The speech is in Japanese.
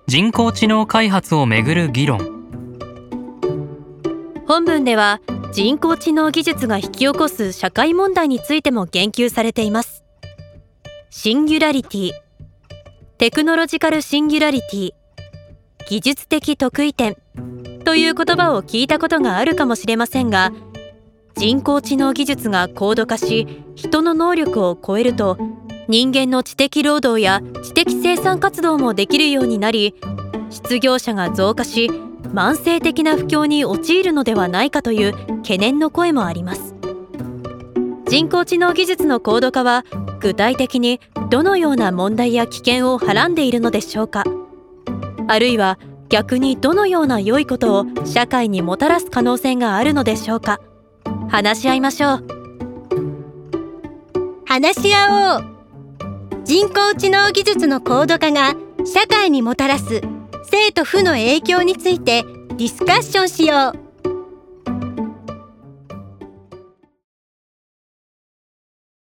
人工知能開発をめぐる議論。 本文では人工知能技術が引き起こす社会問題についても言及されています。シンギュラリティ、テクノロジカルシンギュラリティ、技術的特異点という言葉を聞いたことがあるかもしれませんが、人工知能技術が高度化し人の能力を超えると、人間の知的労働や知的生産活動もできるようになり、失業者が増加し慢性的な不況に陥るのではないかという懸念の声もあります。人工知能技術の高度化は具体的にどのような問題や危険をはらんでいるのでしょうか。あるいは逆にどのような良いことを社会にもたらす可能性があるのでしょうか。話し合いましょう。 話し合おう。人工知能技術の高度化が社会にもたらす正と負の影響についてディスカッションしよう。